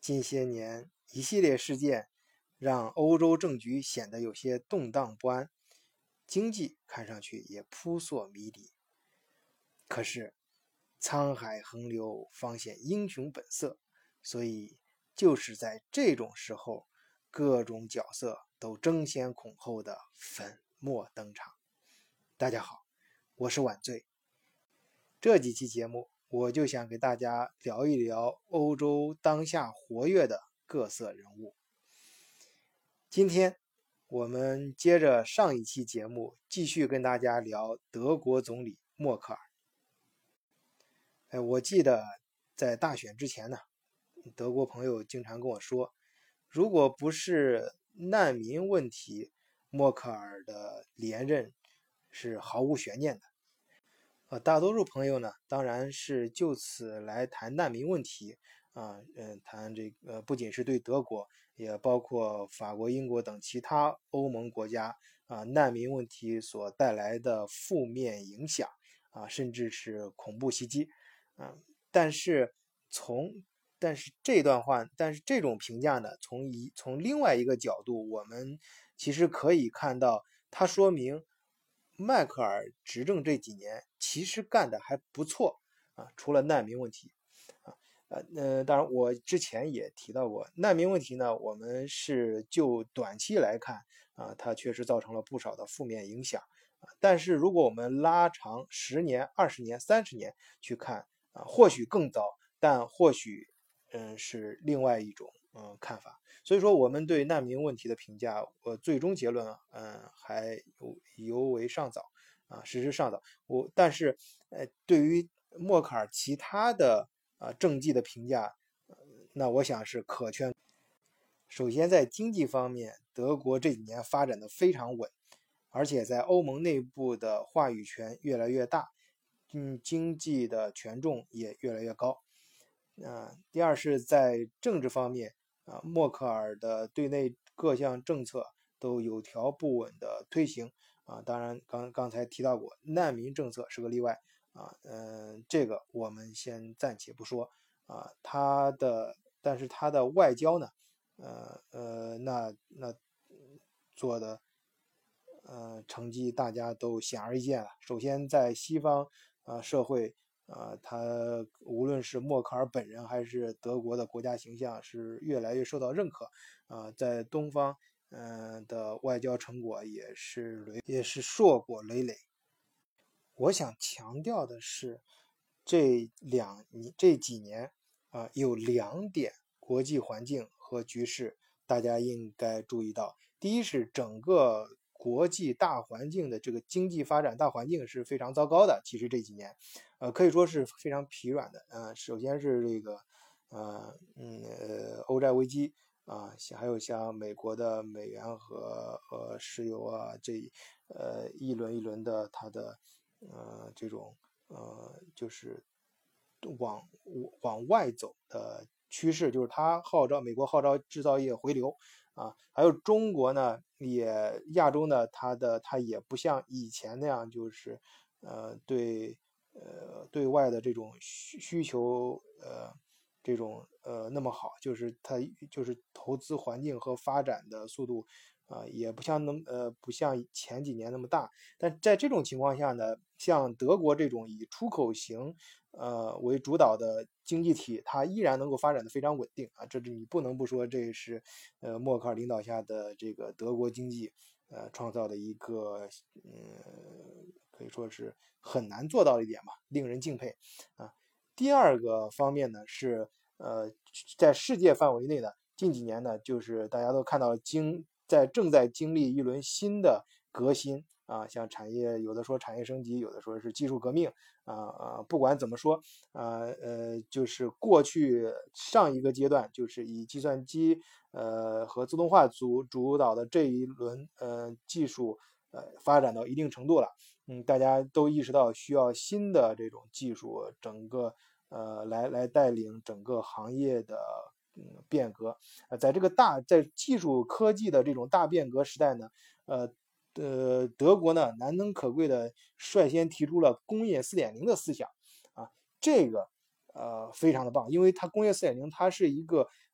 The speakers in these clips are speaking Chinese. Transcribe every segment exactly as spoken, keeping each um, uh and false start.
近些年，一系列事件让欧洲政局显得有些动荡不安，经济看上去也扑朔迷离。可是，沧海横流方显英雄本色，所以就是在这种时候，各种角色都争先恐后的粉墨登场。大家好，我是晚醉。这几期节目，我就想给大家聊一聊欧洲当下活跃的各色人物。今天我们接着上一期节目，继续跟大家聊德国总理默克尔。哎，我记得在大选之前呢，德国朋友经常跟我说，如果不是难民问题，默克尔的连任是毫无悬念的。呃，大多数朋友呢，当然是就此来谈难民问题啊，嗯，谈这个、呃、不仅是对德国，也包括法国、英国等其他欧盟国家啊，难民问题所带来的负面影响啊，甚至是恐怖袭击啊。但是从但是这段话，但是这种评价呢，从一从另外一个角度，我们其实可以看到，它说明迈克尔执政这几年其实干得还不错啊，除了难民问题啊，呃呃，当然我之前也提到过，难民问题呢，我们是就短期来看啊，它确实造成了不少的负面影响啊，但是如果我们拉长十年、二十年、三十年去看啊，或许更糟，但或许嗯是另外一种嗯看法。所以说，我们对难民问题的评价，呃，最终结论，嗯，还尤尤为尚早，啊，时之尚早。我但是，呃，对于默克尔其他的啊、呃、政绩的评价，呃，那我想是可圈。首先，在经济方面，德国这几年发展的非常稳，而且在欧盟内部的话语权越来越大，嗯，经济的权重也越来越高。啊、呃，第二是在政治方面。啊，默克尔的对内各项政策都有条不紊的推行啊，当然刚刚才提到过，难民政策是个例外啊，嗯、呃，这个我们先暂且不说啊，他的但是他的外交呢，呃呃，那那做的呃成绩大家都显而易见了。首先在西方啊、呃、社会。啊，他无论是默克尔本人还是德国的国家形象是越来越受到认可啊，在东方嗯、呃、的外交成果也是也是硕果累累。我想强调的是，这两这几年啊，有两点国际环境和局势大家应该注意到。第一是整个国际大环境的这个经济发展大环境是非常糟糕的，其实这几年，呃，可以说是非常疲软的。呃，首先是这个，呃，嗯，呃，欧债危机啊，还有像美国的美元和呃石油啊，这呃一轮一轮的它的呃这种呃就是往往外走的趋势，就是它号召美国号召制造业回流。啊，还有中国呢，也亚洲呢，它的它也不像以前那样，就是呃对呃对外的这种需需求呃这种呃那么好，就是它就是投资环境和发展的速度啊、呃、也不像那么呃不像前几年那么大。但在这种情况下呢，像德国这种以出口型呃为主导的经济体，它依然能够发展的非常稳定啊，这是你不能不说，这是呃默克尔领导下的这个德国经济呃创造的一个嗯可以说是很难做到的一点吧，令人敬佩啊。第二个方面呢是呃在世界范围内呢，近几年呢就是大家都看到经在正在经历一轮新的革新。啊，像产业有的说产业升级，有的说是技术革命，啊啊，不管怎么说，啊呃，就是过去上一个阶段，就是以计算机呃和自动化主主导的这一轮呃技术呃发展到一定程度了，嗯，大家都意识到需要新的这种技术，整个呃来来带领整个行业的嗯变革。呃，在这个大在技术科技的这种大变革时代呢，呃。呃，德国呢难能可贵的率先提出了工业 四点零 的思想啊，这个呃非常的棒，因为它工业 四点零 它是一个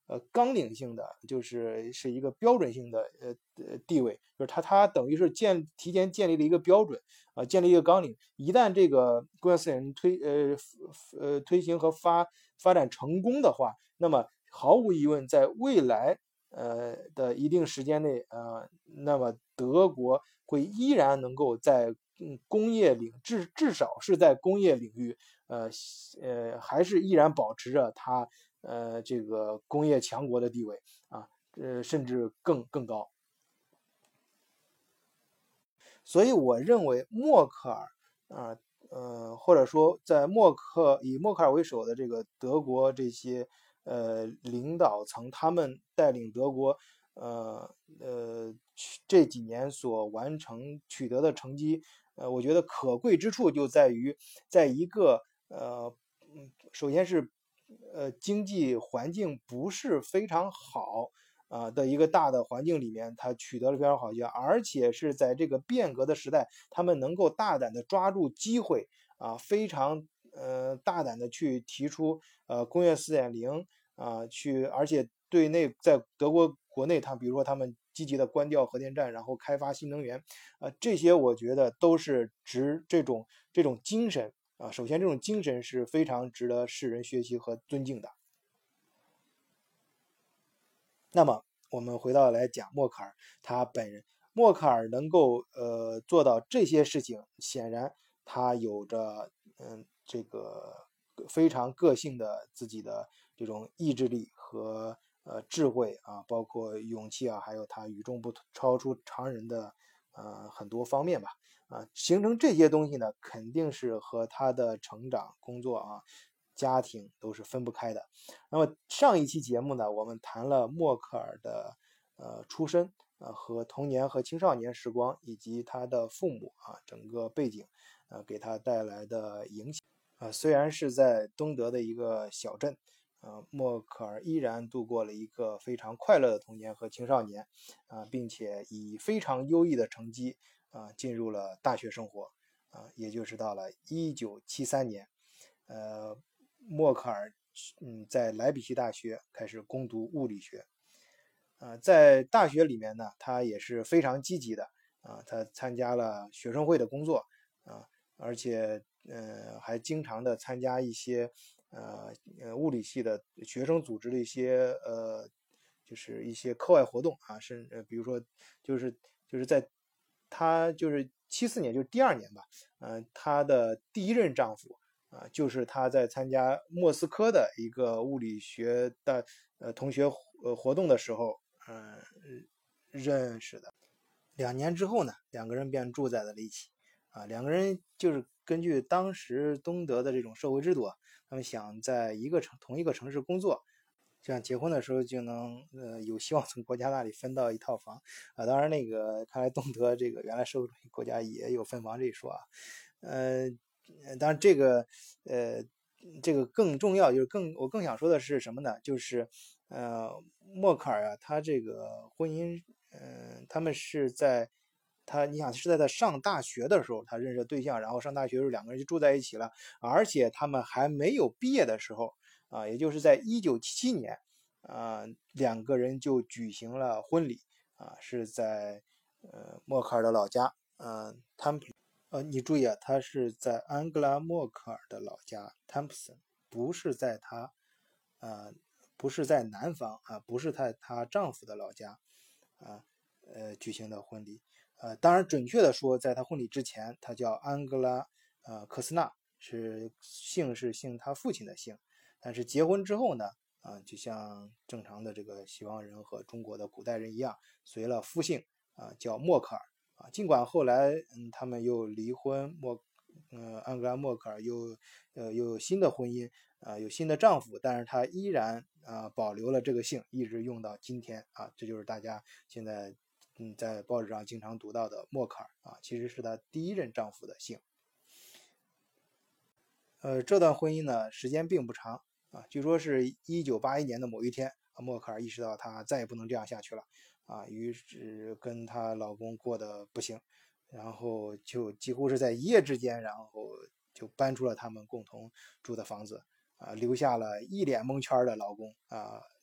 呃纲领性的，就是是一个标准性的呃呃地位，就是他他等于是建提前建立了一个标准啊、呃，建立一个纲领。一旦这个工业四点零推呃呃推行和发发展成功的话，那么毫无疑问，在未来呃的一定时间内，呃，那么德国会依然能够在嗯工业领至至少是在工业领域，呃呃还是依然保持着它呃这个工业强国的地位啊，呃甚至更更高。所以我认为默克尔啊呃或者说在默克以默克尔为首的这个德国这些呃领导层，他们带领德国呃呃这几年所完成取得的成绩，呃我觉得可贵之处就在于在一个呃嗯首先是呃经济环境不是非常好啊的一个大的环境里面，他取得了非常好结果，而且是在这个变革的时代，他们能够大胆的抓住机会啊，非常呃大胆的去提出呃工业四点零啊，去而且对内在德国国内，他比如说他们积极的关掉核电站，然后开发新能源，啊，这些我觉得都是值这种这种精神啊，首先这种精神是非常值得世人学习和尊敬的。那么我们回到来讲默克尔他本人，默克尔能够呃做到这些事情，显然他有着嗯这个非常个性的自己的这种意志力和呃智慧啊，包括勇气啊，还有他与众不超出常人的呃很多方面吧。啊，形成这些东西呢，肯定是和他的成长、工作啊、家庭都是分不开的。那么上一期节目呢，我们谈了默克尔的呃出身呃和童年和青少年时光，以及他的父母啊整个背景呃给他带来的影响啊。虽然是在东德的一个小镇，呃，默克尔依然度过了一个非常快乐的童年和青少年啊，并且以非常优异的成绩啊进入了大学生活啊，也就是到了一九七三年，呃，默克尔嗯，在莱比锡大学开始攻读物理学，呃，在大学里面呢，他也是非常积极的啊，他参加了学生会的工作啊，而且呃还经常的参加一些呃呃物理系的学生组织的一些呃就是一些课外活动啊，甚至比如说就是就是在他就是七四年就是第二年吧，呃，他的第一任丈夫。啊，就是他在参加莫斯科的一个物理学的呃同学呃活动的时候，嗯、呃，认识的。两年之后呢，两个人便住在了一起。啊，两个人就是根据当时东德的这种社会制度啊，他们想在一个城同一个城市工作，这样结婚的时候就能呃有希望从国家那里分到一套房啊。当然，那个看来东德这个原来社会主义国家也有分房这一说啊。呃，当然这个呃这个更重要，就是更我更想说的是什么呢？就是呃默克尔啊，他这个婚姻，嗯、呃，他们是在他你想是在他上大学的时候他认识对象，然后上大学的时候两个人就住在一起了，而且他们还没有毕业的时候。啊，也就是在一九七七年，啊，两个人就举行了婚礼，啊，是在呃默克尔的老家，呃，汤普，呃，你注意啊，他是在安格拉默克尔的老家汤普森，不是在他，呃，不是在南方啊，不是在她丈夫的老家，啊，呃，举行的婚礼，呃，当然准确的说，在她婚礼之前，她叫安格拉，呃，科斯纳，是姓是姓她父亲的姓。但是结婚之后呢，啊，就像正常的这个西方人和中国的古代人一样，随了夫姓啊，叫默克尔啊。尽管后来嗯，他们又离婚，默呃安格拉默克尔又呃又有新的婚姻啊，有新的丈夫，但是她依然啊保留了这个姓，一直用到今天啊。这就是大家现在嗯在报纸上经常读到的默克尔啊，其实是她第一任丈夫的姓。呃，这段婚姻呢，时间并不长啊，据说是一九八一年的某一天，默克尔意识到她再也不能这样下去了啊，于是跟她老公过得不行，然后就几乎是在一夜之间，然后就搬出了他们共同住的房子啊，留下了一脸蒙圈的老公啊，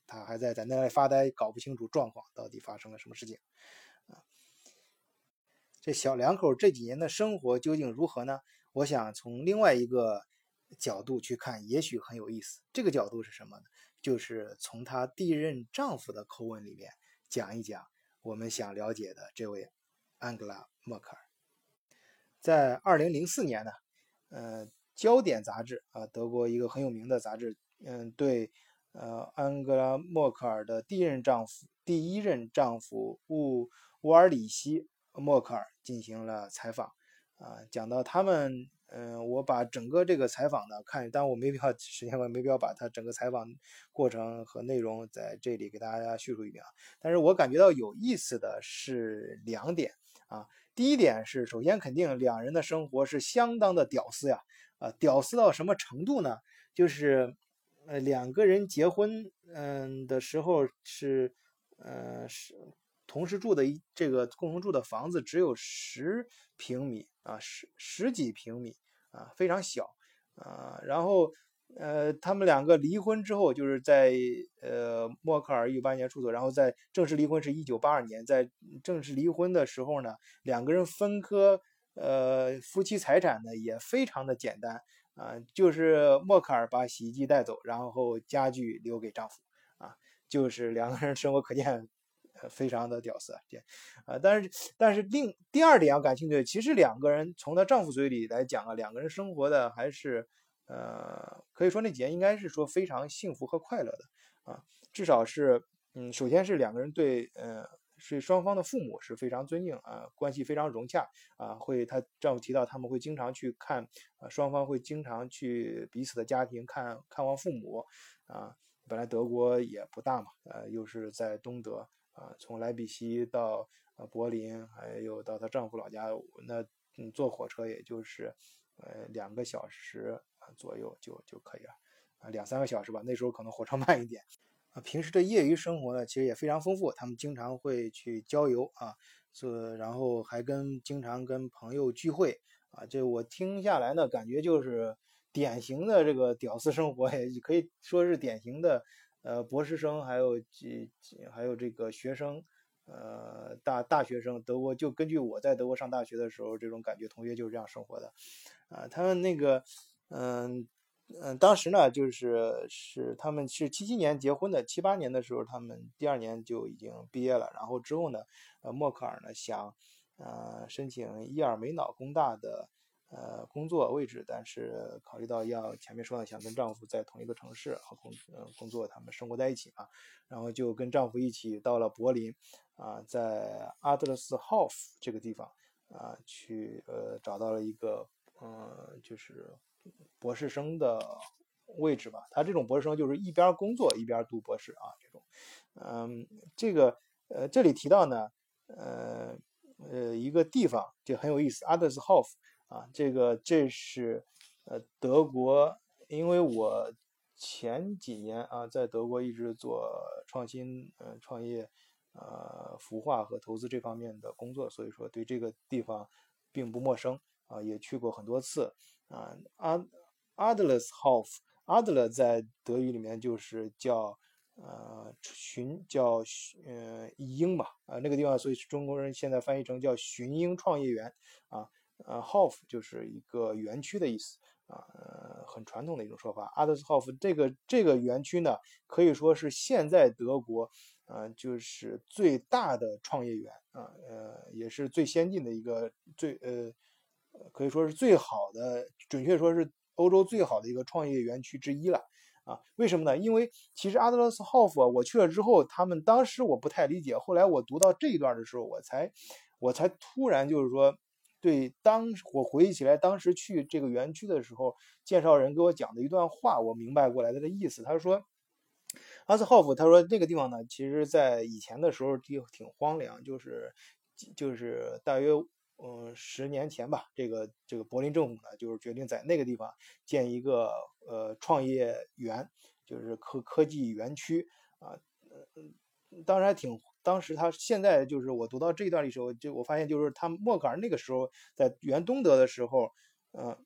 他还在在那里发呆，搞不清楚状况到底发生了什么事情啊。这小两口这几年的生活究竟如何呢？我想从另外一个角度去看，也许很有意思。这个角度是什么呢？就是从她第一任丈夫的口吻里面讲一讲我们想了解的这位安格拉·默克尔。在二零零四年呢，呃，焦点杂志啊，德国一个很有名的杂志，嗯，对，呃，安格拉·默克尔的第一任丈夫、第一任丈夫乌乌尔里希·默克尔进行了采访，啊，讲到他们，嗯，我把整个这个采访呢看，当然我没必要时间我没必要把他整个采访过程和内容在这里给大家叙述一遍啊，但是我感觉到有意思的是两点啊。第一点是，首先肯定两人的生活是相当的屌丝呀，啊，屌丝到什么程度呢？就是，呃，两个人结婚，嗯的时候是，呃是同时住的一这个共同住的房子只有十平米啊，十十几平米啊，非常小啊。然后，呃，他们两个离婚之后，就是在呃默克尔一九八一年出走，然后在正式离婚是一九八二年，在正式离婚的时候呢，两个人分割呃夫妻财产呢也非常的简单啊，就是默克尔把洗衣机带走，然后家具留给丈夫啊，就是两个人生活可见呃非常的屌丝啊，啊，但是但是另第二点要感兴趣，其实两个人从她丈夫嘴里来讲啊，两个人生活的还是呃可以说那几年应该是说非常幸福和快乐的啊，至少是嗯，首先是两个人对呃。是双方的父母是非常尊敬啊，关系非常融洽啊，会她丈夫提到他们会经常去看啊，双方会经常去彼此的家庭看看望父母啊。本来德国也不大嘛，呃，又是在东德啊，从莱比锡到呃柏林，还有到她丈夫老家，那嗯坐火车也就是呃两个小时左右就就可以了啊，两三个小时吧，那时候可能火车慢一点。啊，平时的业余生活呢，其实也非常丰富。他们经常会去郊游啊，这然后还跟经常跟朋友聚会啊。这我听下来呢，感觉就是典型的这个屌丝生活，也可以说是典型的呃博士生，还有这还有这个学生，呃大大学生。德国就根据我在德国上大学的时候这种感觉，同学就是这样生活的啊。他们那个嗯。嗯，当时呢，就是是他们是七七年结婚的，七八年的时候，他们第二年就已经毕业了。然后之后呢，呃，默克尔呢想，呃，申请伊尔梅瑙工大的呃工作位置，但是考虑到要前面说的想跟丈夫在同一个城市和工呃工作，他们生活在一起嘛，然后就跟丈夫一起到了柏林，啊、在阿德勒斯霍夫这个地方啊、去呃找到了一个呃就是博士生的位置吧。他这种博士生就是一边工作一边读博士啊，这种，嗯，这个呃这里提到呢，呃呃一个地方就很有意思，阿德斯霍夫啊，这个这是呃德国，因为我前几年啊在德国一直做创新呃创业呃孵化和投资这方面的工作，所以说对这个地方并不陌生啊，也去过很多次啊。阿阿德勒斯霍夫，阿德勒在德语里面就是叫呃寻叫呃鹰吧啊，那个地方，所以中国人现在翻译成叫寻鹰创业园啊。呃 Hof 就是一个园区的意思啊，呃，很传统的一种说法。阿德斯霍夫这个这个园区呢，可以说是现在德国啊、呃，就是最大的创业园啊，呃，也是最先进的一个最呃，可以说是最好的，准确说是欧洲最好的一个创业园区之一了。啊，为什么呢？因为其实阿德勒斯霍夫啊，我去了之后，他们当时我不太理解，后来我读到这一段的时候，我才我才突然就是说，对当我回忆起来，当时去这个园区的时候，介绍人给我讲的一段话，我明白过来他的意思。他说，阿斯霍夫他说那个地方呢，其实在以前的时候挺挺荒凉，就是就是大约嗯十年前吧，这个这个柏林政府呢，就是决定在那个地方建一个呃创业园，就是科科技园区啊。嗯，当时还挺，当时他现在就是我读到这一段历史，我就我发现就是他默克尔那个时候在原东德的时候，呃，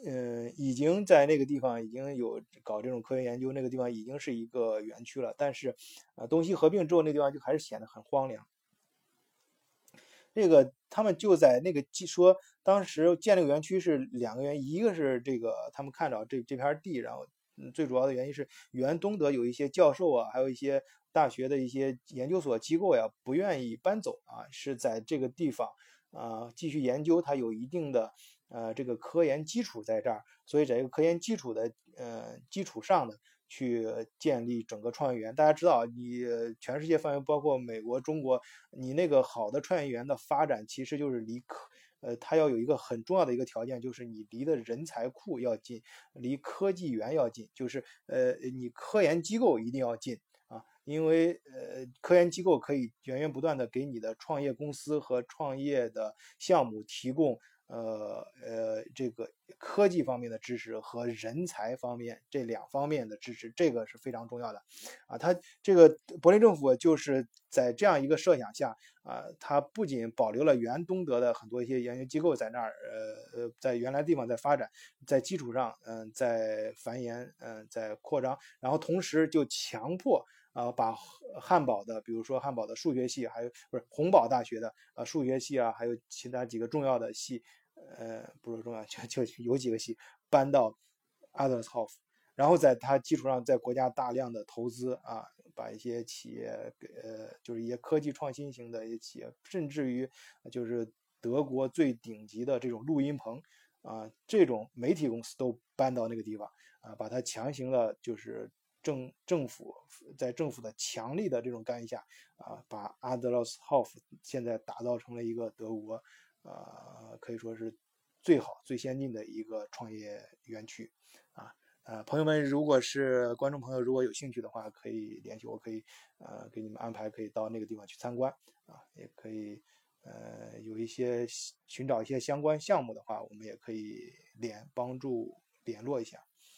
嗯、呃，已经在那个地方已经有搞这种科学研究，那个地方已经是一个园区了。但是，呃，东西合并之后，那地方就还是显得很荒凉。这个他们就在那个说，当时建这个园区是两个原因，一个是这个他们看着这这片地，然后嗯，最主要的原因是原东德有一些教授啊，还有一些大学的一些研究所机构呀，不愿意搬走啊，是在这个地方啊继续研究，它有一定的呃这个科研基础在这儿，所以在这个科研基础的呃基础上呢，去建立整个创业园。大家知道，你全世界范围包括美国、中国，你那个好的创业园的发展，其实就是离科，呃，它要有一个很重要的一个条件，就是你离的人才库要近，离科技园要近，就是呃，你科研机构一定要近啊，因为呃，科研机构可以源源不断的给你的创业公司和创业的项目提供。呃呃，这个科技方面的知识和人才方面这两方面的支持，这个是非常重要的，啊，他这个柏林政府就是在这样一个设想下，啊，他不仅保留了原东德的很多一些研究机构在那儿，呃呃，在原来地方在发展，在基础上，嗯、呃，在繁衍，嗯、呃，在扩张，然后同时就强迫。啊、呃，把汉堡的，比如说汉堡的数学系，还有不是洪堡大学的呃数学系啊，还有其他几个重要的系，呃，不是重要，就就有几个系搬到阿德斯霍夫，然后在它基础上，在国家大量的投资啊，把一些企业，呃，就是一些科技创新型的一些企业，甚至于就是德国最顶级的这种录音棚啊，这种媒体公司都搬到那个地方啊，把它强行的，就是政政府在政府的强力的这种干预下啊，把阿德勒斯霍夫现在打造成了一个德国。呃，可以说是最好、最先进的一个创业园区啊。呃，朋友们，如果是观众朋友，如果有兴趣的话，可以联系我，可以呃给你们安排，可以到那个地方去参观啊，也可以呃有一些寻找一些相关项目的话，我们也可以联帮助联络一下。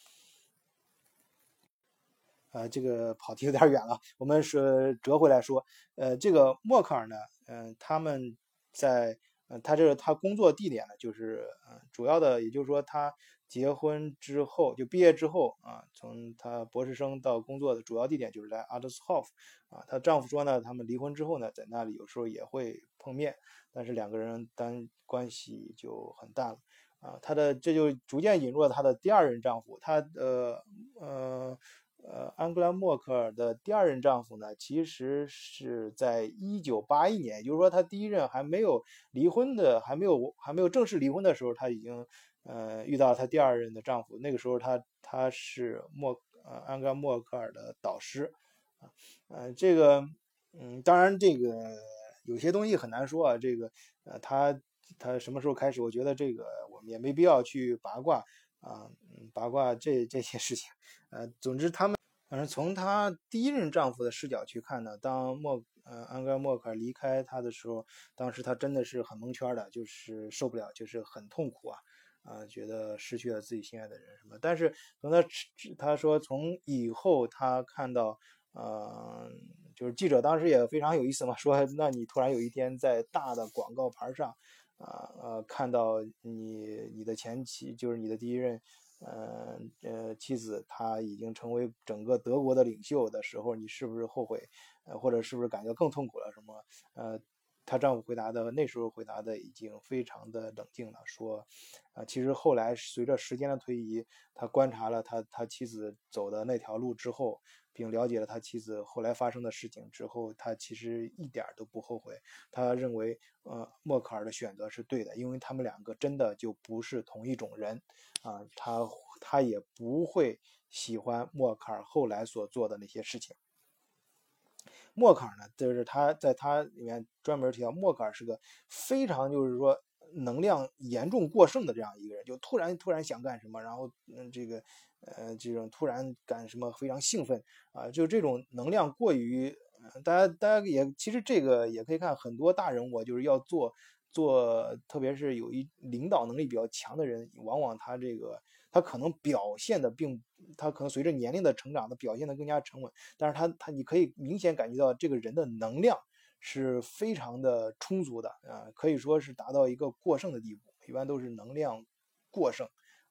呃，这个跑题有点远了，我们是折回来说，呃，这个默克尔呢，嗯、呃，他们在，呃，他这个他工作地点呢，就是，呃，主要的，也就是说，他结婚之后就毕业之后啊，从他博士生到工作的主要地点就是在阿德斯霍夫啊。她丈夫说呢，他们离婚之后呢，在那里有时候也会碰面，但是两个人单关系就很淡了啊。她的这就逐渐引入了她的第二任丈夫，她的呃。呃，安格拉默克尔的第二任丈夫呢，其实是在一九八一年，也就是说，她第一任还没有离婚的，还没有还没有正式离婚的时候，她已经呃遇到她第二任的丈夫。那个时候她，她是默呃安格拉默克尔的导师啊，呃，这个嗯，当然这个有些东西很难说啊，这个呃，他他什么时候开始？我觉得这个我们也没必要去八卦啊，嗯，八卦这这些事情，呃，总之他们。反正从她第一任丈夫的视角去看呢，当默呃安格尔默克尔离开他的时候，当时她真的是很蒙圈的，就是受不了，就是很痛苦啊，啊、呃，觉得失去了自己心爱的人什么。但是从他他说从以后他看到，呃，就是记者当时也非常有意思嘛，说那你突然有一天在大的广告牌上，啊呃看到你你的前妻就是你的第一任。呃呃，妻子她已经成为整个德国的领袖的时候，你是不是后悔？呃，或者是不是感觉更痛苦了？什么？呃，她丈夫回答的那时候回答的已经非常的冷静了，说，啊、呃，其实后来随着时间的推移，他观察了他他妻子走的那条路之后，并了解了他妻子后来发生的事情之后，他其实一点都不后悔。他认为，呃，默克尔的选择是对的，因为他们两个真的就不是同一种人。啊，他他也不会喜欢默克尔后来所做的那些事情。默克尔呢，就是他在他里面专门提到，默克尔是个非常就是说能量严重过剩的这样一个人，就突然突然想干什么，然后嗯这个呃这种突然干什么非常兴奋啊，就这种能量过于，呃、大家大家也其实这个也可以看很多大人物就是要做。做，特别是有一领导能力比较强的人，往往他这个他可能表现的并，他可能随着年龄的成长，他表现的更加沉稳，但是他他你可以明显感觉到这个人的能量是非常的充足的啊，可以说是达到一个过剩的地步，一般都是能量过剩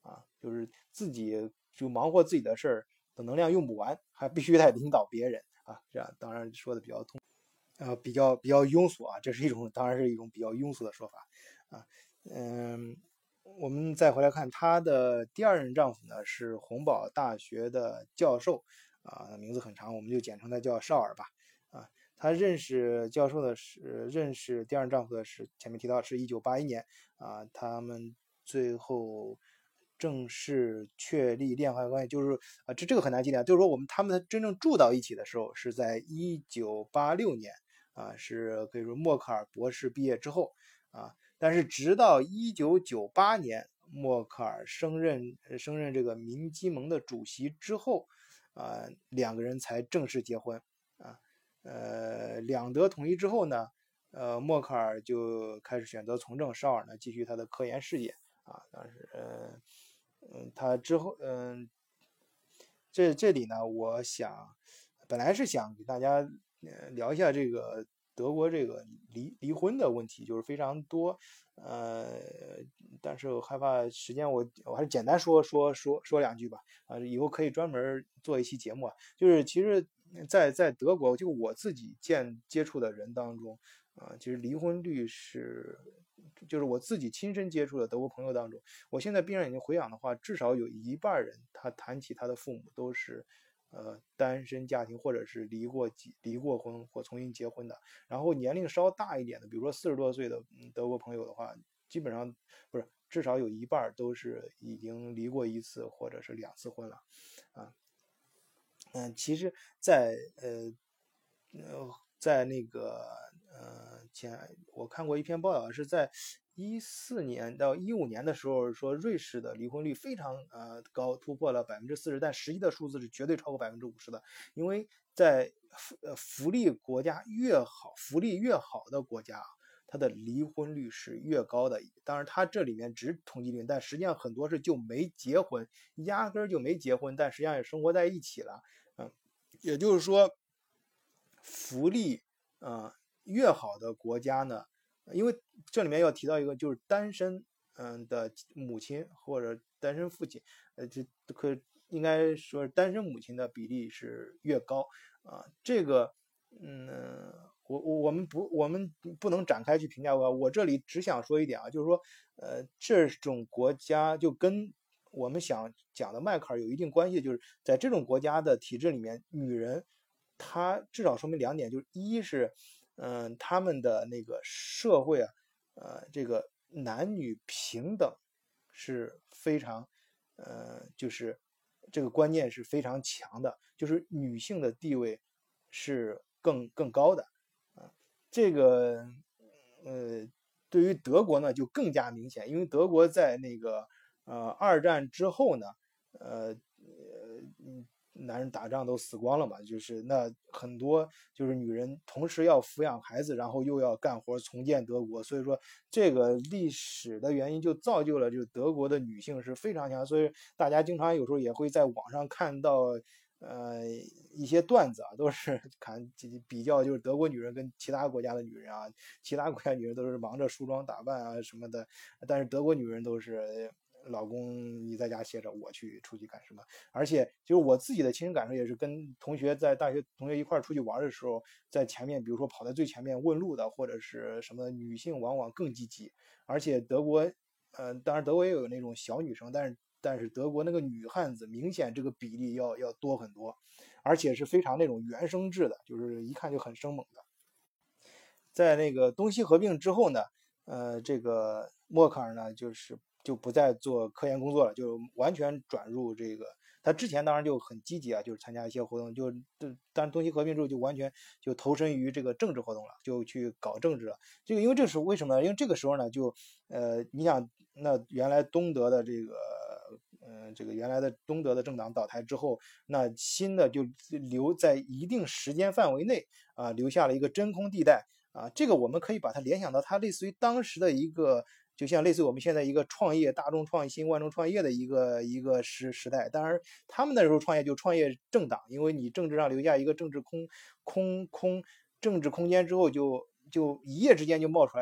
啊，就是自己就忙活自己的事儿，等能量用不完，还必须得领导别人啊，这样当然说的比较通，呃，比较比较庸俗啊，这是一种当然是一种比较庸俗的说法啊，嗯。我们再回来看她的第二任丈夫呢，是洪堡大学的教授啊，名字很长，我们就简称他叫绍尔吧。啊，她认识教授的是认识第二任丈夫的是前面提到是一九八一年啊，他们最后正式确立恋爱关系，就是啊，这这个很难记的，就是说我们他们真正住到一起的时候是在一九八六年啊，是可以说默克尔博士毕业之后啊。但是直到一九九八年，默克尔升任升任这个民基盟的主席之后，啊、呃，两个人才正式结婚啊。呃，两德统一之后呢，呃，默克尔就开始选择从政，绍尔呢继续他的科研事业啊。但是，呃，嗯，他之后，嗯、呃，这这里呢，我想本来是想给大家呃聊一下这个德国这个离离婚的问题，就是非常多，呃，但是我害怕时间我，我还是简单说说说说两句吧，啊，以后可以专门做一期节目啊。就是其实在，在德国，就我自己见接触的人当中，啊，其实离婚率是，就是我自己亲身接触的德国朋友当中，我现在闭上眼睛回想的话，至少有一半人他谈起他的父母都是。呃，单身家庭或者是离过几离过婚或重新结婚的，然后年龄稍大一点的，比如说四十多岁的德国朋友的话，基本上不是至少有一半都是已经离过一次或者是两次婚了，啊，嗯，其实在，呃呃在那个呃前我看过一篇报道，是在一四年到一五年的时候说瑞士的离婚率非常呃高，突破了百分之四十，但实际的数字是绝对超过百分之五十的，因为在呃福利国家越好，福利越好的国家，它的离婚率是越高的。当然，它这里面只统计率，但实际上很多是就没结婚，压根儿就没结婚，但实际上也生活在一起了。嗯，也就是说，福利啊、呃、越好的国家呢，因为这里面要提到一个就是单身嗯的母亲或者单身父亲，呃，这可应该说是单身母亲的比例是越高啊、这个嗯。我我我们不我们不能展开去评价，我我这里只想说一点啊，就是说，呃，这种国家就跟我们想讲的迈克尔有一定关系，就是在这种国家的体制里面，女人她至少说明两点，就是一是，嗯、呃，他们的那个社会啊，呃，这个男女平等是非常，呃，就是这个观念是非常强的，就是女性的地位是更更高的。啊，这个呃，对于德国呢就更加明显，因为德国在那个呃二战之后呢，呃呃嗯，男人打仗都死光了嘛，就是那很多就是女人同时要抚养孩子，然后又要干活重建德国，所以说这个历史的原因就造就了就是德国的女性是非常强，所以大家经常有时候也会在网上看到。呃，一些段子啊，都是看比较，就是德国女人跟其他国家的女人啊，其他国家女人都是忙着梳妆打扮啊什么的，但是德国女人都是老公你在家歇着，我去出去干什么？而且就是我自己的亲身感受也是，跟同学在大学同学一块出去玩的时候，在前面，比如说跑在最前面问路的或者是什么，女性往往更积极，而且德国，呃，当然德国也有那种小女生，但是。但是德国那个女汉子明显这个比例要要多很多，而且是非常那种原生质的，就是一看就很生猛的。在那个东西合并之后呢，呃，这个默克尔呢就是就不再做科研工作了，就完全转入这个。他之前当然就很积极啊，就是参加一些活动，就就但东西合并之后就完全就投身于这个政治活动了，就去搞政治了。这个因为这时候为什么呢？因为这个时候呢，就呃，你想那原来东德的这个。嗯、呃，这个原来的东德的政党倒台之后，那新的就留在一定时间范围内啊、呃，留下了一个真空地带啊。这个我们可以把它联想到，它类似于当时的一个，就像类似于我们现在一个创业、大众创新、万众创业的一个一个时时代。当然，他们那时候创业就创业政党，因为你政治上留下一个政治空空空政治空间之后就，就一夜之间就冒出来。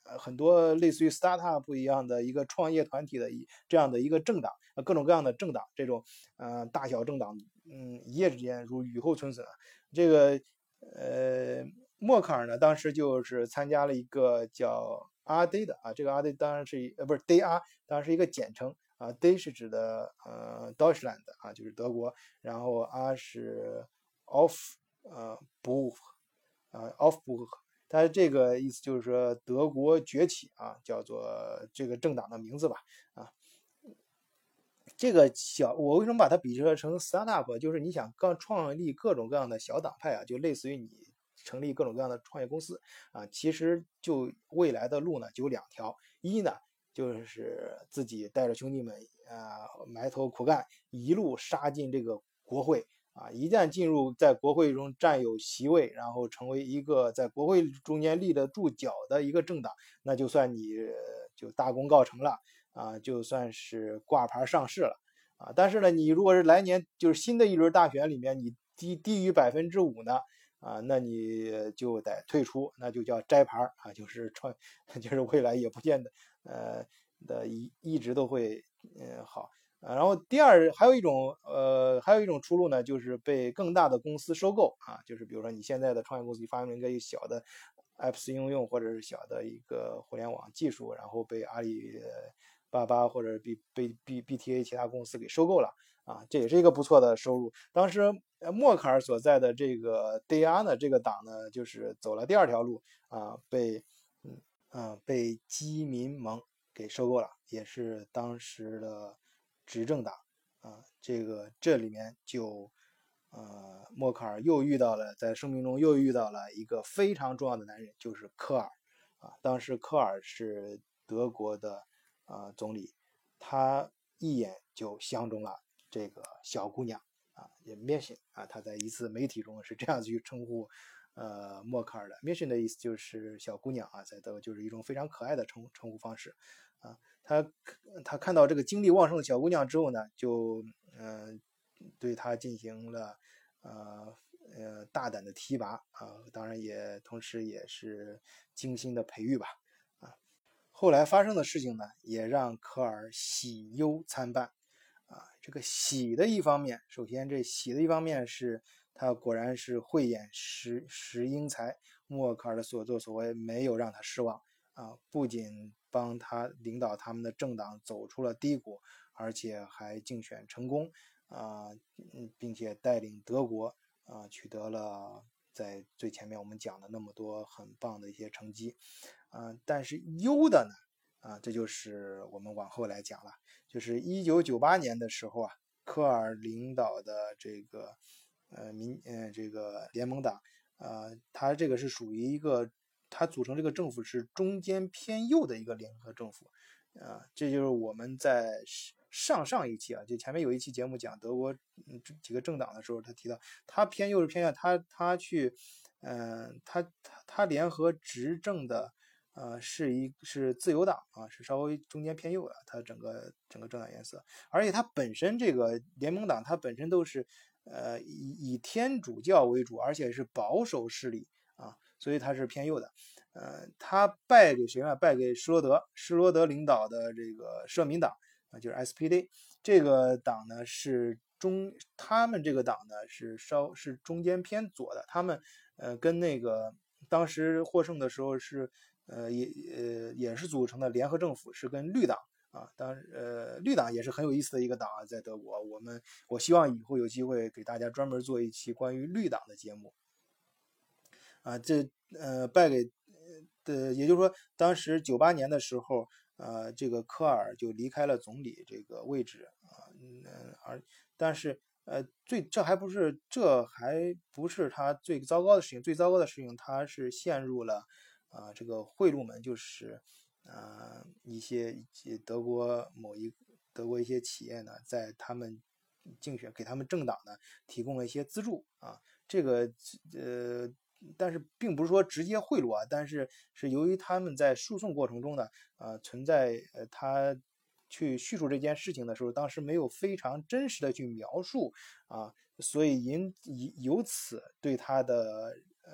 很多类似于 startup 一样的一个创业团体的一这样的一个政党，各种各样的政党，这种呃大小政党，嗯，一夜之间如雨后春笋。这个呃默克尔呢，当时就是参加了一个叫 R Day 的啊，这个 R Day 当然是呃不是 Day R，当然是一个简称啊 ，Day 是指的呃 Deutschland 啊，就是德国，然后 R 是 Off 呃 Buch 啊 Aufbruch。它这个意思就是说德国崛起啊，叫做这个政党的名字吧啊。这个小，我为什么把它比作成 startup？就是你想刚创立各种各样的小党派啊，就类似于你成立各种各样的创业公司啊。其实就未来的路呢，就有两条，一呢就是自己带着兄弟们啊埋头苦干，一路杀进这个国会。啊，一旦进入在国会中占有席位，然后成为一个在国会中间立得住脚的一个政党，那就算你就大功告成了啊，就算是挂牌上市了啊。但是呢，你如果是来年就是新的一轮大选里面你低低于百分之五呢啊，那你就得退出，那就叫摘牌啊，就是创，就是未来也不见得呃的一一直都会呃好。啊，然后第二还有一种呃还有一种出路呢，就是被更大的公司收购啊，就是比如说你现在的创业公司发明一个小的 apps 应用或者是小的一个互联网技术，然后被阿里巴巴或者被被 B B T A 其他公司给收购了啊，这也是一个不错的收入。当时默克尔所在的这个 D R 呢，这个党呢，就是走了第二条路啊，被嗯啊被基民盟给收购了，也是当时的执政党啊，这个这里面就呃，默克尔又遇到了在生命中又遇到了一个非常重要的男人，就是科尔啊。当时科尔是德国的啊、呃、总理，他一眼就相中了这个小姑娘啊，也 Mission 啊，他在一次媒体中是这样去称呼呃默克尔的 Mission 的意思就是小姑娘啊，在德国就是一种非常可爱的称称呼方式啊。他他看到这个精力旺盛的小姑娘之后呢，就嗯、呃、对她进行了呃呃大胆的提拔啊，当然也同时也是精心的培育吧啊。后来发生的事情呢，也让科尔喜忧参半啊。这个喜的一方面，首先这喜的一方面是他果然是慧眼识识英才，默克尔的所作所为没有让他失望啊，不仅帮他领导他们的政党走出了低谷，而且还竞选成功啊，并且带领德国啊取得了在最前面我们讲的那么多很棒的一些成绩啊。但是优的呢啊，这就是我们往后来讲了，就是一九九八年的时候啊，科尔领导的这个呃民呃这个联盟党啊，他这个是属于一个。它组成这个政府是中间偏右的一个联合政府，啊，这就是我们在上上一期啊，就前面有一期节目讲德国嗯几个政党的时候，他提到他偏右是偏向他他去，嗯、呃，他他他联合执政的呃是一是自由党啊，是稍微中间偏右的，它整个整个政党颜色，而且它本身这个联盟党它本身都是呃以以天主教为主，而且是保守势力啊。所以他是偏右的，呃，他败给谁呢？败给施罗德，施罗德领导的这个社民党啊，就是 S P D 这个党呢是中，他们这个党呢是稍是中间偏左的，他们呃跟那个当时获胜的时候是呃也呃也是组成的联合政府，是跟绿党啊，当呃绿党也是很有意思的一个党啊，在德国，我们我希望以后有机会给大家专门做一期关于绿党的节目。啊，这呃败给的，也就是说，当时九八年的时候，呃，这个科尔就离开了总理这个位置啊，嗯，而但是呃，最这还不是这还不是他最糟糕的事情，最糟糕的事情他是陷入了啊、呃、这个贿赂门，就是啊、呃、一些一些德国某一德国一些企业呢，在他们竞选给他们政党呢提供了一些资助啊，这个呃。但是并不是说直接贿赂啊，但是是由于他们在诉讼过程中呢，呃，存在呃他去叙述这件事情的时候，当时没有非常真实的去描述啊，所以因由此对他的呃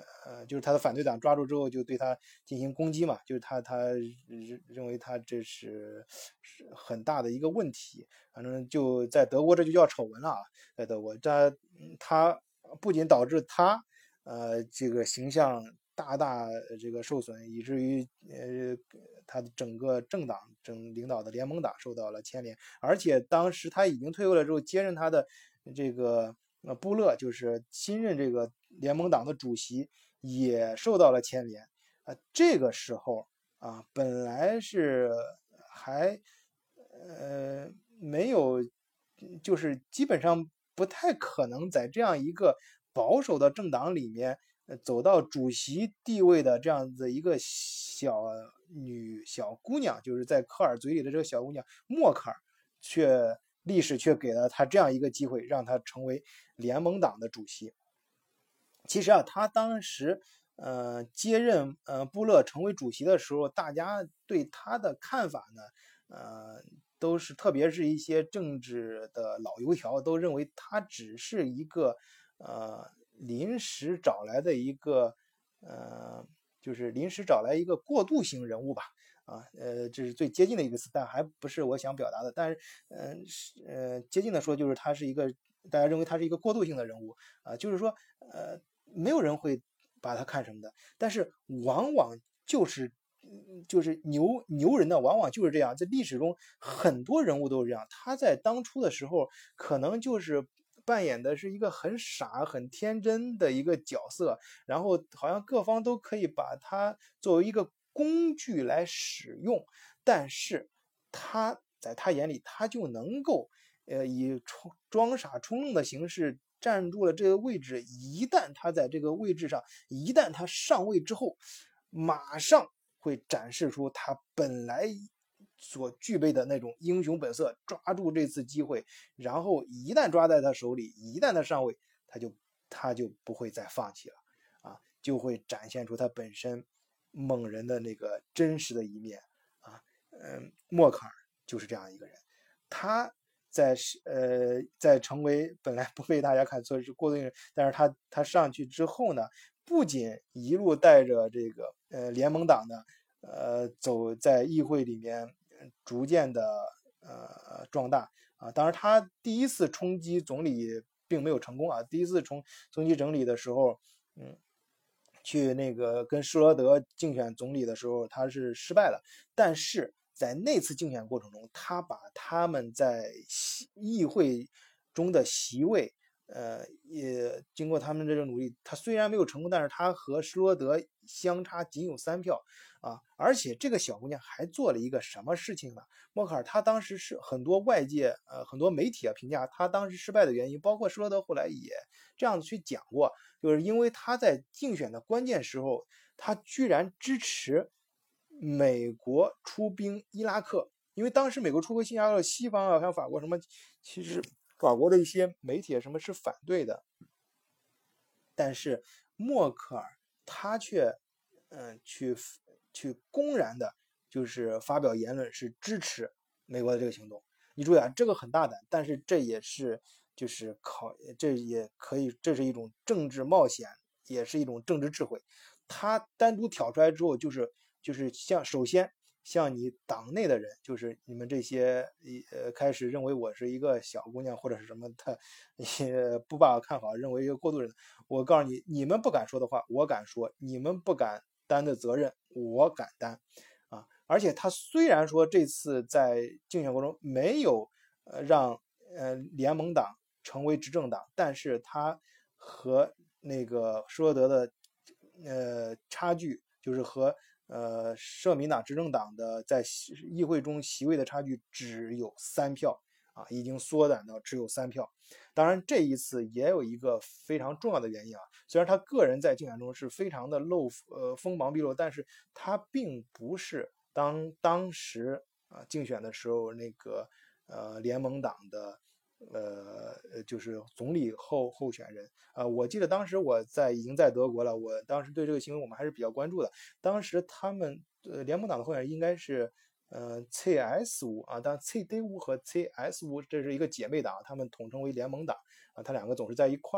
就是他的反对党抓住之后就对他进行攻击嘛，就是他他认为他这是是很大的一个问题，反正就在德国这就叫丑闻了啊，在德国这他不仅导致他呃这个形象大大这个受损，以至于呃他的整个政党整领导的联盟党受到了牵连，而且当时他已经退位了之后，接任他的这个呃布勒就是新任这个联盟党的主席也受到了牵连啊、呃。这个时候啊，本来是还呃没有，就是基本上不太可能在这样一个保守的政党里面。走到主席地位的这样子一个小女小姑娘，就是在科尔嘴里的这个小姑娘默克尔，却历史却给了她这样一个机会，让她成为联盟党的主席。其实啊，她当时呃接任呃布勒成为主席的时候，大家对她的看法呢，呃都是特别是一些政治的老油条，都认为她只是一个呃。临时找来的一个，呃，就是临时找来一个过渡型人物吧，啊，呃，这是最接近的一个词，但还不是我想表达的。但是，嗯、呃，呃，接近的说就是他是一个，大家认为他是一个过渡性的人物啊，就是说，呃，没有人会把他看什么的，但是往往就是就是牛牛人呢，往往就是这样，在历史中很多人物都是这样，他在当初的时候可能就是。扮演的是一个很傻很天真的一个角色，然后好像各方都可以把它作为一个工具来使用，但是他在他眼里他就能够呃以装傻充愣的形式站住了这个位置，一旦他在这个位置上，一旦他上位之后，马上会展示出他本来所具备的那种英雄本色，抓住这次机会，然后一旦抓在他手里，一旦他上位，他就他就不会再放弃了啊，就会展现出他本身猛人的那个真实的一面啊。嗯，默克尔就是这样一个人，他在呃在成为本来不被大家看作是过渡人，但是他他上去之后呢，不仅一路带着这个呃联盟党的呃走在议会里面。逐渐的呃壮大啊，当然他第一次冲击总理并没有成功啊，第一次冲冲击总理的时候，嗯，去那个跟施罗德竞选总理的时候，他是失败了，但是在那次竞选过程中，他把他们在议会中的席位。呃，也经过他们这个努力，他虽然没有成功，但是他和施罗德相差仅有三票啊！而且这个小姑娘还做了一个什么事情呢？默克尔她当时是很多外界呃很多媒体啊评价她当时失败的原因，包括施罗德后来也这样子去讲过，就是因为她在竞选的关键时候，她居然支持美国出兵伊拉克，因为当时美国出兵伊拉克，西方啊像法国什么，其实。法国的一些媒体什么是反对的，但是默克尔他却，嗯，去去公然的，就是发表言论是支持美国的这个行动。你注意啊，这个很大胆，但是这也是就是考，这也可以，这是一种政治冒险，也是一种政治智慧。他单独挑出来之后，就是就是像首先。像你党内的人，就是你们这些呃开始认为我是一个小姑娘或者是什么，他也不把我看好，认为一个过渡人。我告诉你，你们不敢说的话，我敢说；你们不敢担的责任，我敢担啊！而且他虽然说这次在竞选过程中没有呃让呃联盟党成为执政党，但是他和那个施罗德的呃差距，就是和。呃，社民党执政党的在议会中席位的差距只有三票啊，已经缩短到只有三票。当然，这一次也有一个非常重要的原因啊，虽然他个人在竞选中是非常的露呃锋芒毕露，但是他并不是当当时啊竞选的时候那个呃联盟党的。呃，就是总理候候选人啊、呃，我记得当时我在已经在德国了，我当时对这个新闻我们还是比较关注的。当时他们呃联盟党的候选人应该是呃 C S U 啊，当然 C D U 和 C S U 这是一个姐妹党，他们统称为联盟党啊，他两个总是在一块儿。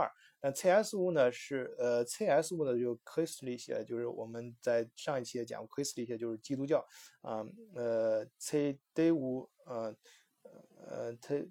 那 C S U 呢是呃 C S U 呢就 Christliche， 就是我们在上一期也讲过 Christliche 就是基督教啊，呃 C D U 呃呃 C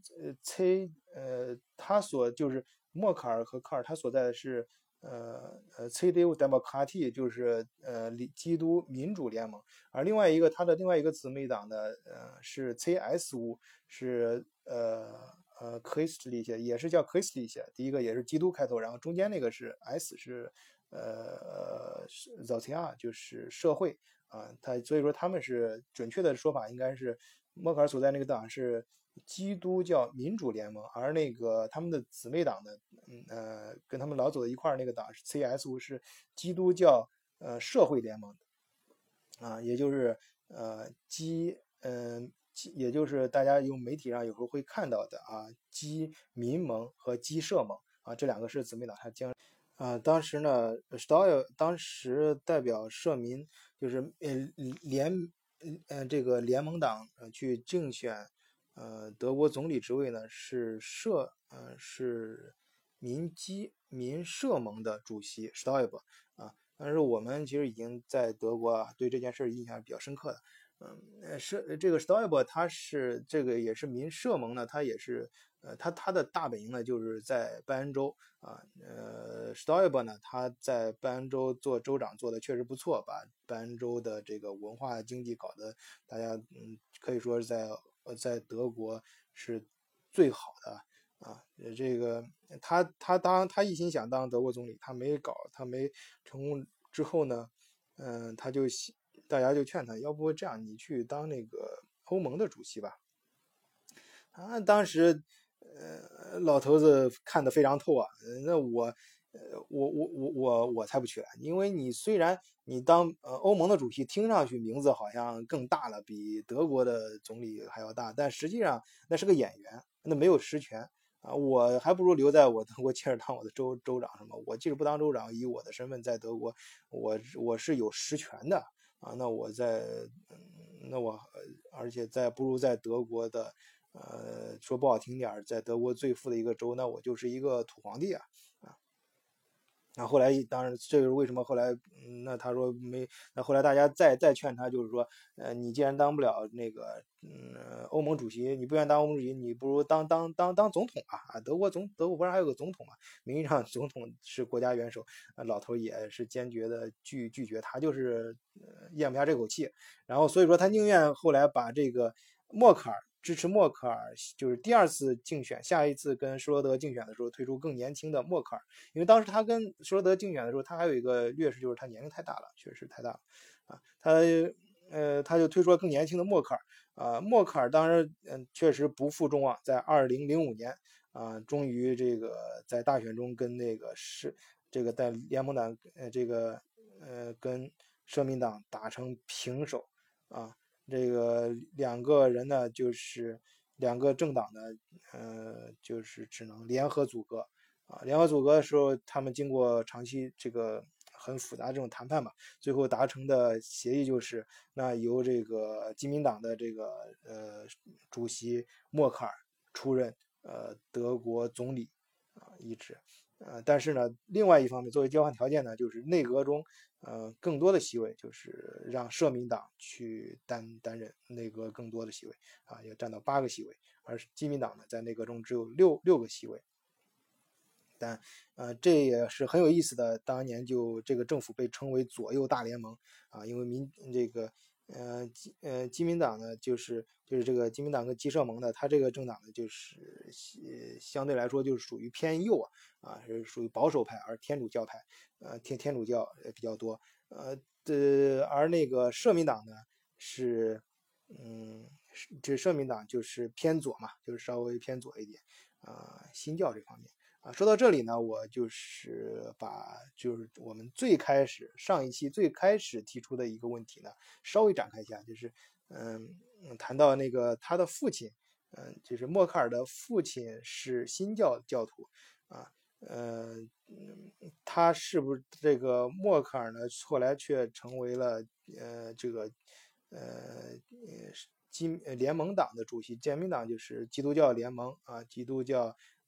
C 呃他所就是默克尔和卡尔他所在的是呃呃 C D U Democratie 就是呃基督民主联盟，而另外一个他的另外一个姊妹党呢呃是 C S U 是呃呃 Christliche 也是叫 Christliche， 第一个也是基督开头，然后中间那个是 S 是呃 Sozial 就是社会啊，他所以说他们是准确的说法应该是默克尔所在那个党是基督教民主联盟，而那个他们的姊妹党呢，嗯呃，跟他们老走的一块儿那个党是 C S U 是基督教呃社会联盟啊，也就是呃基嗯、呃、也就是大家用媒体上有时候会看到的啊，基民盟和基社盟啊，这两个是姊妹党，它将啊，当时呢 s t a l 当时代表社民就是呃联呃这个联盟党呃去竞选呃德国总理职位呢是社呃是民基民社盟的主席 s t a b 啊，但是我们其实已经在德国啊对这件事印象比较深刻的。嗯，是这个 s t a b 他是这个也是民社盟呢，他也是呃他他的大本营呢就是在拜恩州啊，呃 s t a b 呢他在拜恩州做州长做的确实不错，把拜恩州的这个文化经济搞得大家嗯可以说是在呃在德国是最好的啊，这个他他当他一心想当德国总理，他没搞，他没成功之后呢，嗯，他就大家就劝他，要不这样，你去当那个欧盟的主席吧。啊，当时呃老头子看得非常透啊，那我呃我我我我我才不去，因为你虽然你当呃欧盟的主席，听上去名字好像更大了，比德国的总理还要大，但实际上那是个演员，那没有实权啊，我还不如留在我德国接着当我的州州长什么，我即使不当州长，以我的身份在德国，我我是有实权的啊，那我在那我而且在不如在德国的。呃，说不好听点，在德国最富的一个州，那我就是一个土皇帝啊啊！那后来当然，这就是为什么后来，嗯、那他说没，那后来大家再再劝他，就是说，呃，你既然当不了那个，嗯，欧盟主席，你不愿当欧盟主席，你不如当当当当总统吧啊！德国总德国不是还有个总统嘛？名义上总统是国家元首，呃、老头也是坚决的拒拒绝，他就是、呃、咽不下这口气，然后所以说他宁愿后来把这个默克尔。支持默克尔，就是第二次竞选，下一次跟施罗德竞选的时候推出更年轻的默克尔，因为当时他跟施罗德竞选的时候，他还有一个劣势就是他年龄太大了，确实太大了啊，他呃他就推出了更年轻的默克尔啊，默克尔当时嗯确实不负众望，在二零零五年啊，终于这个在大选中跟那个是这个在联盟党呃这个呃跟社民党打成平手啊。这个两个人呢，就是两个政党呢，呃，就是只能联合组阁啊。联合组阁的时候，他们经过长期这个很复杂这种谈判吧，最后达成的协议就是，那由这个基民党的这个呃主席默克尔出任呃德国总理啊一职。呃，但是呢，另外一方面，作为交换条件呢，就是内阁中，呃，更多的席位就是让社民党去担担任内阁更多的席位啊，也占到八个席位，而基民党呢，在内阁中只有六六个席位。但呃，这也是很有意思的。当年就这个政府被称为左右大联盟啊，因为民这个呃基呃基民党呢，就是就是这个基民党跟基社盟的，他这个政党呢，就是呃相对来说就是属于偏右啊啊，是属于保守派，而天主教派呃天天主教也比较多呃的，而那个社民党呢是嗯这社民党就是偏左嘛，就是稍微偏左一点啊，新教这方面。啊，说到这里呢，我就是把就是我们最开始上一期最开始提出的一个问题呢，稍微展开一下，就是嗯谈到那个他的父亲，嗯，就是默克尔的父亲是新教教徒啊，呃，他是不是这个默克尔呢？后来却成为了呃这个呃基联盟党的主席，基民党就是基督教联盟啊，基督教。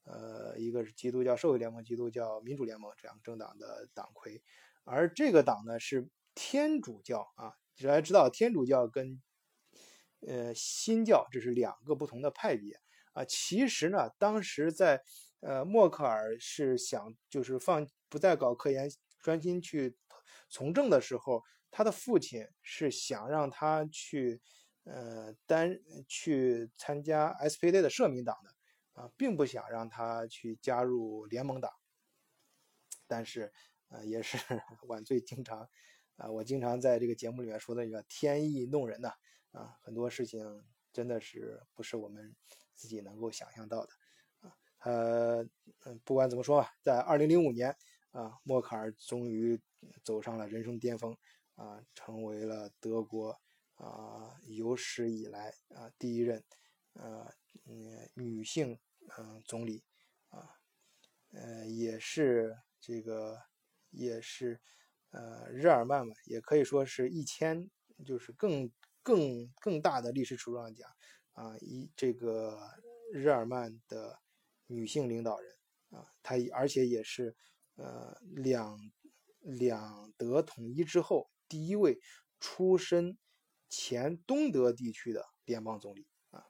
呃，一个是基督教社会联盟、基督教民主联盟这两个政党的党魁，而这个党呢是天主教啊，大家知道天主教跟呃新教这是两个不同的派别啊。其实呢，当时在呃默克尔是想就是放不再搞科研，专心去从政的时候，他的父亲是想让他去呃担去参加 S P D 的社民党的啊，并不想让他去加入联盟党。但是呃也是晚醉经常啊，我经常在这个节目里面说的一个天意弄人呐啊，很多事情真的是不是我们自己能够想象到的啊。他嗯不管怎么说吧，在二零零五年啊，默克尔终于走上了人生巅峰啊，成为了德国啊有史以来啊第一任呃嗯女性嗯总理啊，呃也是这个也是呃日耳曼嘛，也可以说是一千就是更更更大的历史尺度上讲啊，一这个日耳曼的女性领导人啊，她而且也是呃两两德统一之后第一位出身前东德地区的联邦总理啊。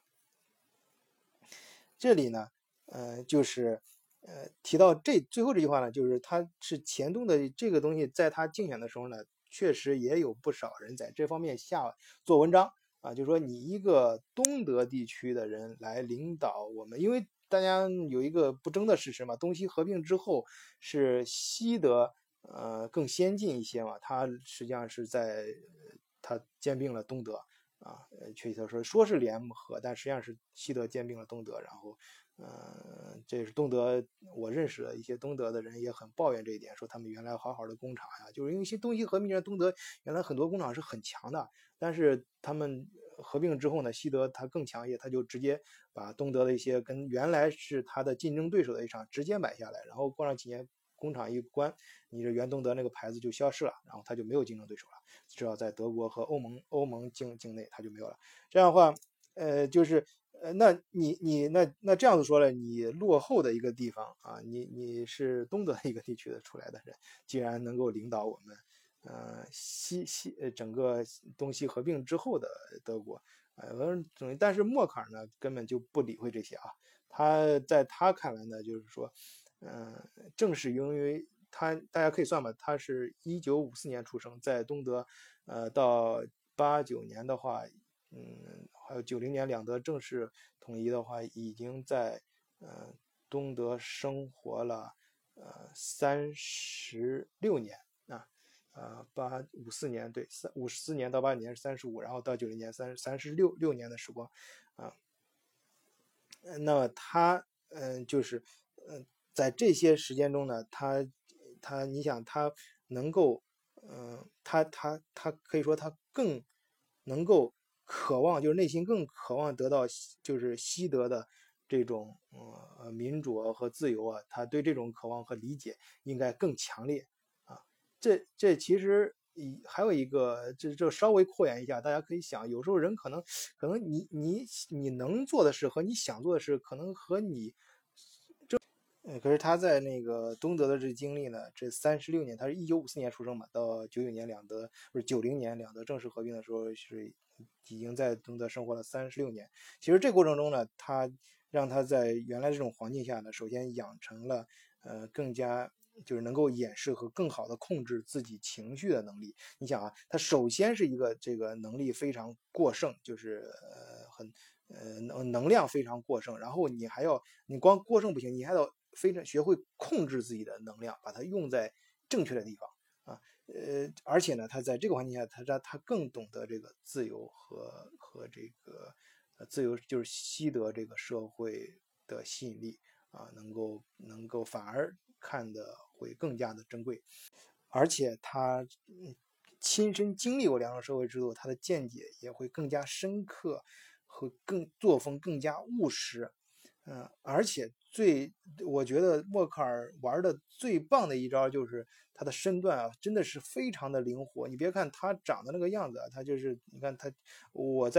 这里呢，呃，就是呃提到这最后这句话呢，就是他是前东的这个东西，在他竞选的时候呢，确实也有不少人在这方面下做文章啊，就是说你一个东德地区的人来领导我们，因为大家有一个不争的事实嘛，东西合并之后是西德呃更先进一些嘛，它实际上是在它兼并了东德。啊，呃，确切说说是联合，但实际上是西德兼并了东德，然后，呃，这是东德，我认识的一些东德的人也很抱怨这一点，说他们原来好好的工厂呀，就是因为新东西合并，东德原来很多工厂是很强的，但是他们合并之后呢，西德它更强一些，他就直接把东德的一些跟原来是他的竞争对手的一场直接买下来，然后过上几年工厂一关，你这原东德那个牌子就消失了，然后他就没有竞争对手了。至少在德国和欧盟欧盟境境内它就没有了。这样的话，呃，就是呃，那你你那那这样子说了，你落后的一个地方啊，你你是东德一个地区的出来的人，竟然能够领导我们，呃，西西呃整个东西合并之后的德国，呃，但是默克尔呢根本就不理会这些啊，他在他看来呢，就是说，嗯、呃，正是因为。他大家可以算吧，他是一九五四年出生，在东德，呃，到八九年的话，嗯，还有九零年两德正式统一的话，已经在呃东德生活了呃三十六年啊，呃八五四年对三五四年到八九年是三十五，然后到九零年三三十六六年的时光啊，那么他嗯、呃、就是嗯、呃、在这些时间中呢，他。他，你想他能够，嗯、呃，他他他可以说他更能够渴望，就是内心更渴望得到，就是西德的这种呃民主和自由啊，他对这种渴望和理解应该更强烈啊。这这其实一还有一个，这这稍微扩延一下，大家可以想，有时候人可能可能你你你能做的事和你想做的事，可能和你。呃，可是他在那个东德的这经历呢，这三十六年，他是一九五四年出生嘛，到九九年两德不是九零年两德正式合并的时候，是已经在东德生活了三十六年。其实这过程中呢，他让他在原来这种环境下呢，首先养成了呃更加就是能够掩饰和更好的控制自己情绪的能力。你想啊，他首先是一个这个能力非常过剩，就是呃很呃能能量非常过剩，然后你还要你光过剩不行，你还要。非常学会控制自己的能量，把它用在正确的地方啊，呃，而且呢，他在这个环境下，他他他更懂得这个自由和和这个呃自由，就是西德这个社会的吸引力啊，能够能够反而看得会更加的珍贵，而且他亲身经历过两种社会制度，他的见解也会更加深刻和更作风更加务实。嗯、呃，而且最，我觉得默克尔玩的最棒的一招就是他的身段啊，真的是非常的灵活。你别看他长得那个样子啊，他就是你看他，我在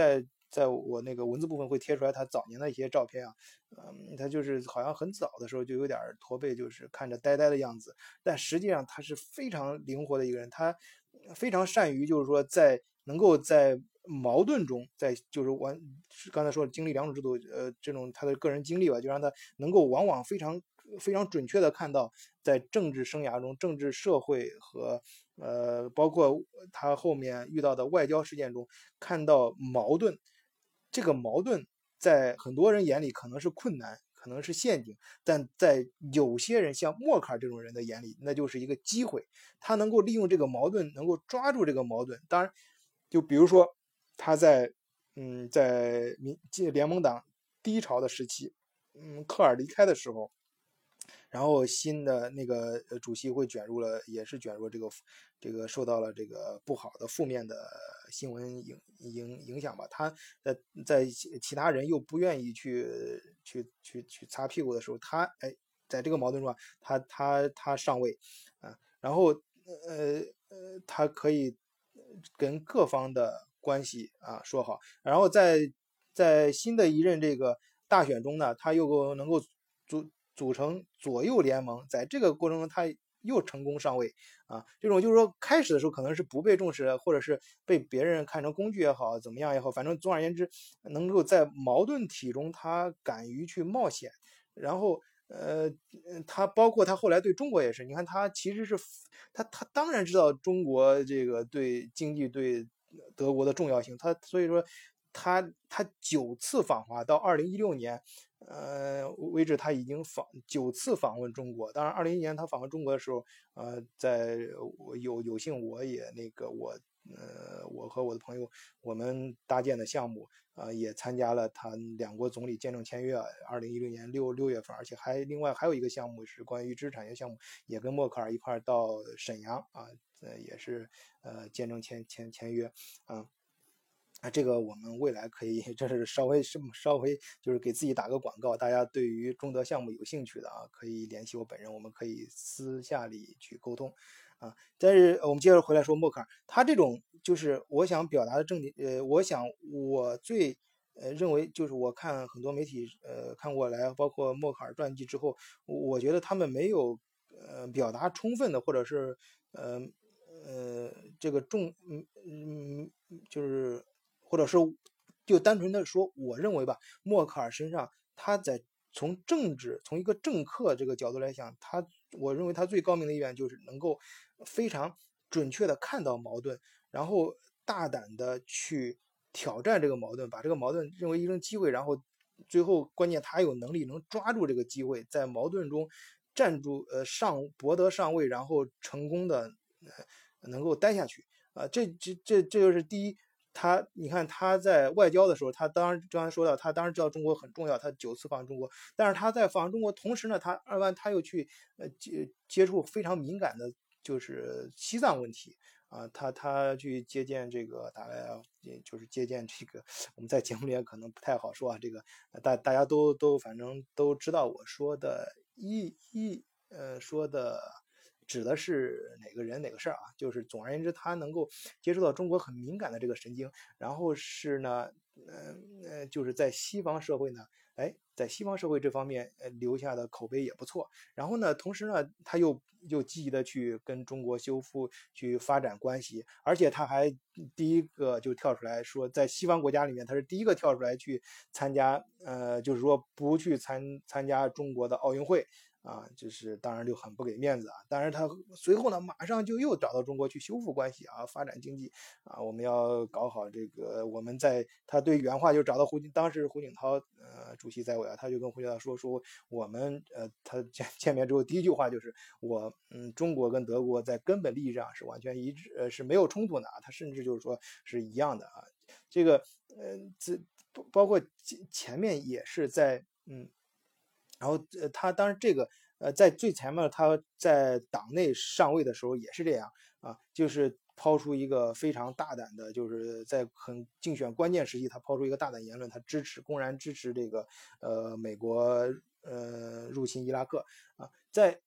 在我那个文字部分会贴出来他早年的一些照片啊，嗯，他就是好像很早的时候就有点驼背，就是看着呆呆的样子，但实际上他是非常灵活的一个人，他非常善于就是说在能够在矛盾中，在就是完刚才说经历两种制度，呃，这种他的个人经历吧，就让他能够往往非常非常准确的看到在政治生涯中、政治社会和呃包括他后面遇到的外交事件中看到矛盾，这个矛盾在很多人眼里可能是困难，可能是陷阱，但在有些人像默克尔这种人的眼里，那就是一个机会。他能够利用这个矛盾，能够抓住这个矛盾。当然，就比如说他在嗯在民联盟党低潮的时期，嗯，科尔离开的时候，然后新的那个呃主席会卷入了，也是卷入这个这个受到了这个不好的负面的新闻影影影响吧。他在在其他人又不愿意去去去去擦屁股的时候，他哎在这个矛盾中啊，他他他上位啊，然后呃呃他可以跟各方的关系啊说好，然后在在新的一任这个大选中呢，他又能够组组成左右联盟，在这个过程中他又成功上位啊。这种就是说开始的时候可能是不被重视，或者是被别人看成工具也好，怎么样也好，反正总而言之，能够在矛盾体中他敢于去冒险，然后。呃，他包括他后来对中国也是，你看他其实是他他当然知道中国这个对经济对德国的重要性，他所以说他他九次访华到二零一六年，呃为止他已经访九次访问中国。当然，二零一一年他访问中国的时候，呃，在我有有幸我也那个我呃我和我的朋友我们搭建的项目。呃，也参加了他两国总理见证签约啊，二零一六年六六月份，而且还另外还有一个项目是关于知识产业项目，也跟默克尔一块到沈阳啊，呃，也是呃见证签签签约啊。啊，这个我们未来可以，这是稍微是稍微就是给自己打个广告，大家对于中德项目有兴趣的啊，可以联系我本人，我们可以私下里去沟通啊。但是我们接着回来说默克尔，他这种就是我想表达的重点，呃，我想我最呃认为就是我看很多媒体呃看过来，包括默克尔传记之后，我觉得他们没有呃表达充分的，或者是呃呃这个重嗯嗯就是或者是就单纯的说，我认为吧，默克尔身上他在从政治从一个政客这个角度来讲，他我认为他最高明的一点就是能够非常准确的看到矛盾，然后大胆的去挑战这个矛盾，把这个矛盾认为一种机会，然后最后关键他有能力能抓住这个机会，在矛盾中站住呃上博得上位，然后成功的呃能够待下去啊、这这这这就是第一。他，你看他在外交的时候，他当然刚才说到，他当然知道中国很重要，他九次访中国，但是他在访中国同时呢，他二万他又去呃接接触非常敏感的，就是西藏问题啊，他他去接见这个大概就是接见这个，我们在节目里也可能不太好说啊，这个大大家都都反正都知道我说的一一呃说的。指的是哪个人哪个事儿啊？就是总而言之，他能够接触到中国很敏感的这个神经，然后是呢，呃呃，就是在西方社会呢，哎，在西方社会这方面，呃，留下的口碑也不错。然后呢，同时呢，他又又积极的去跟中国修复、去发展关系，而且他还第一个就跳出来说，在西方国家里面，他是第一个跳出来去参加，呃，就是说不去参参加中国的奥运会。啊，就是当然就很不给面子啊。当然他随后呢，马上就又找到中国去修复关系啊，发展经济啊。我们要搞好这个，我们在他对原话就找到胡锦，当时胡锦涛呃主席在位啊，他就跟胡锦涛说说我们呃他见见面之后第一句话就是我嗯中国跟德国在根本利益上是完全一致，呃是没有冲突的啊。他甚至就是说是一样的啊。这个呃这包括前面也是在嗯。然后，呃，他当然这个，呃，在最前面他在党内上位的时候也是这样啊，就是抛出一个非常大胆的，就是在很竞选关键时期，他抛出一个大胆言论，他支持公然支持这个，呃，美国呃入侵伊拉克啊，在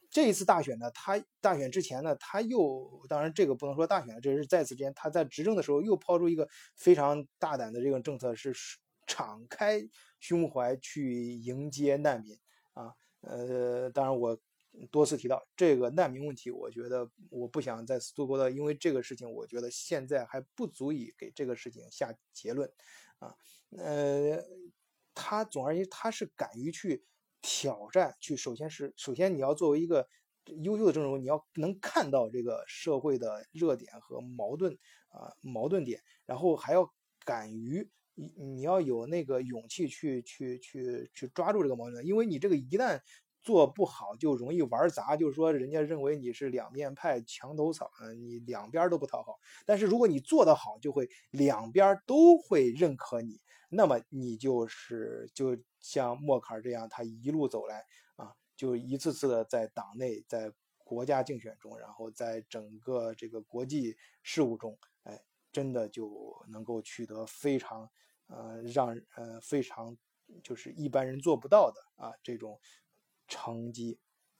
这一次大选呢，他大选之前呢，他又当然这个不能说大选，这是在此之前他在执政的时候又抛出一个非常大胆的这个政策，是敞开胸怀去迎接难民啊。呃，当然我多次提到这个难民问题，我觉得我不想再次多说的，因为这个事情，我觉得现在还不足以给这个事情下结论啊。呃，他总而言之，他是敢于去挑战，去首先是首先你要作为一个优秀的政治人物，你要能看到这个社会的热点和矛盾啊、矛盾点，然后还要敢于你你要有那个勇气去去去去抓住这个矛盾，因为你这个一旦做不好，就容易玩砸，就是说人家认为你是两面派、墙头草，你两边都不讨好。但是如果你做得好，就会两边都会认可你，那么你就是就像默克尔这样，他一路走来啊，就一次次的在党内、在国家竞选中，然后在整个这个国际事务中，哎，真的就能够取得非常呃让呃非常就是一般人做不到的啊这种成绩。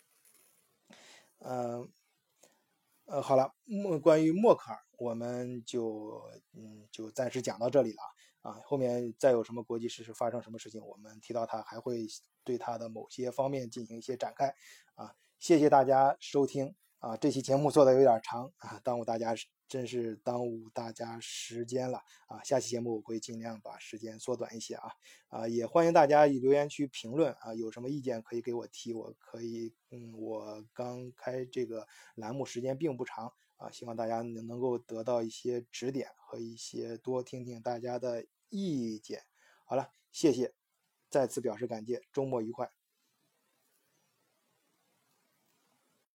呃呃，好了，默关于默克尔，我们就嗯就暂时讲到这里了啊。后面再有什么国际时事发生什么事情，我们提到他还会对他的某些方面进行一些展开啊。谢谢大家收听啊，这期节目做的有点长啊，耽误大家真是耽误大家时间了啊。下期节目我会尽量把时间缩短一些啊啊，也欢迎大家以留言区评论啊，有什么意见可以给我提，我可以嗯，我刚开这个栏目时间并不长啊，希望大家能能够得到一些指点和一些多听听大家的意见。好了，谢谢，再次表示感谢，周末愉快。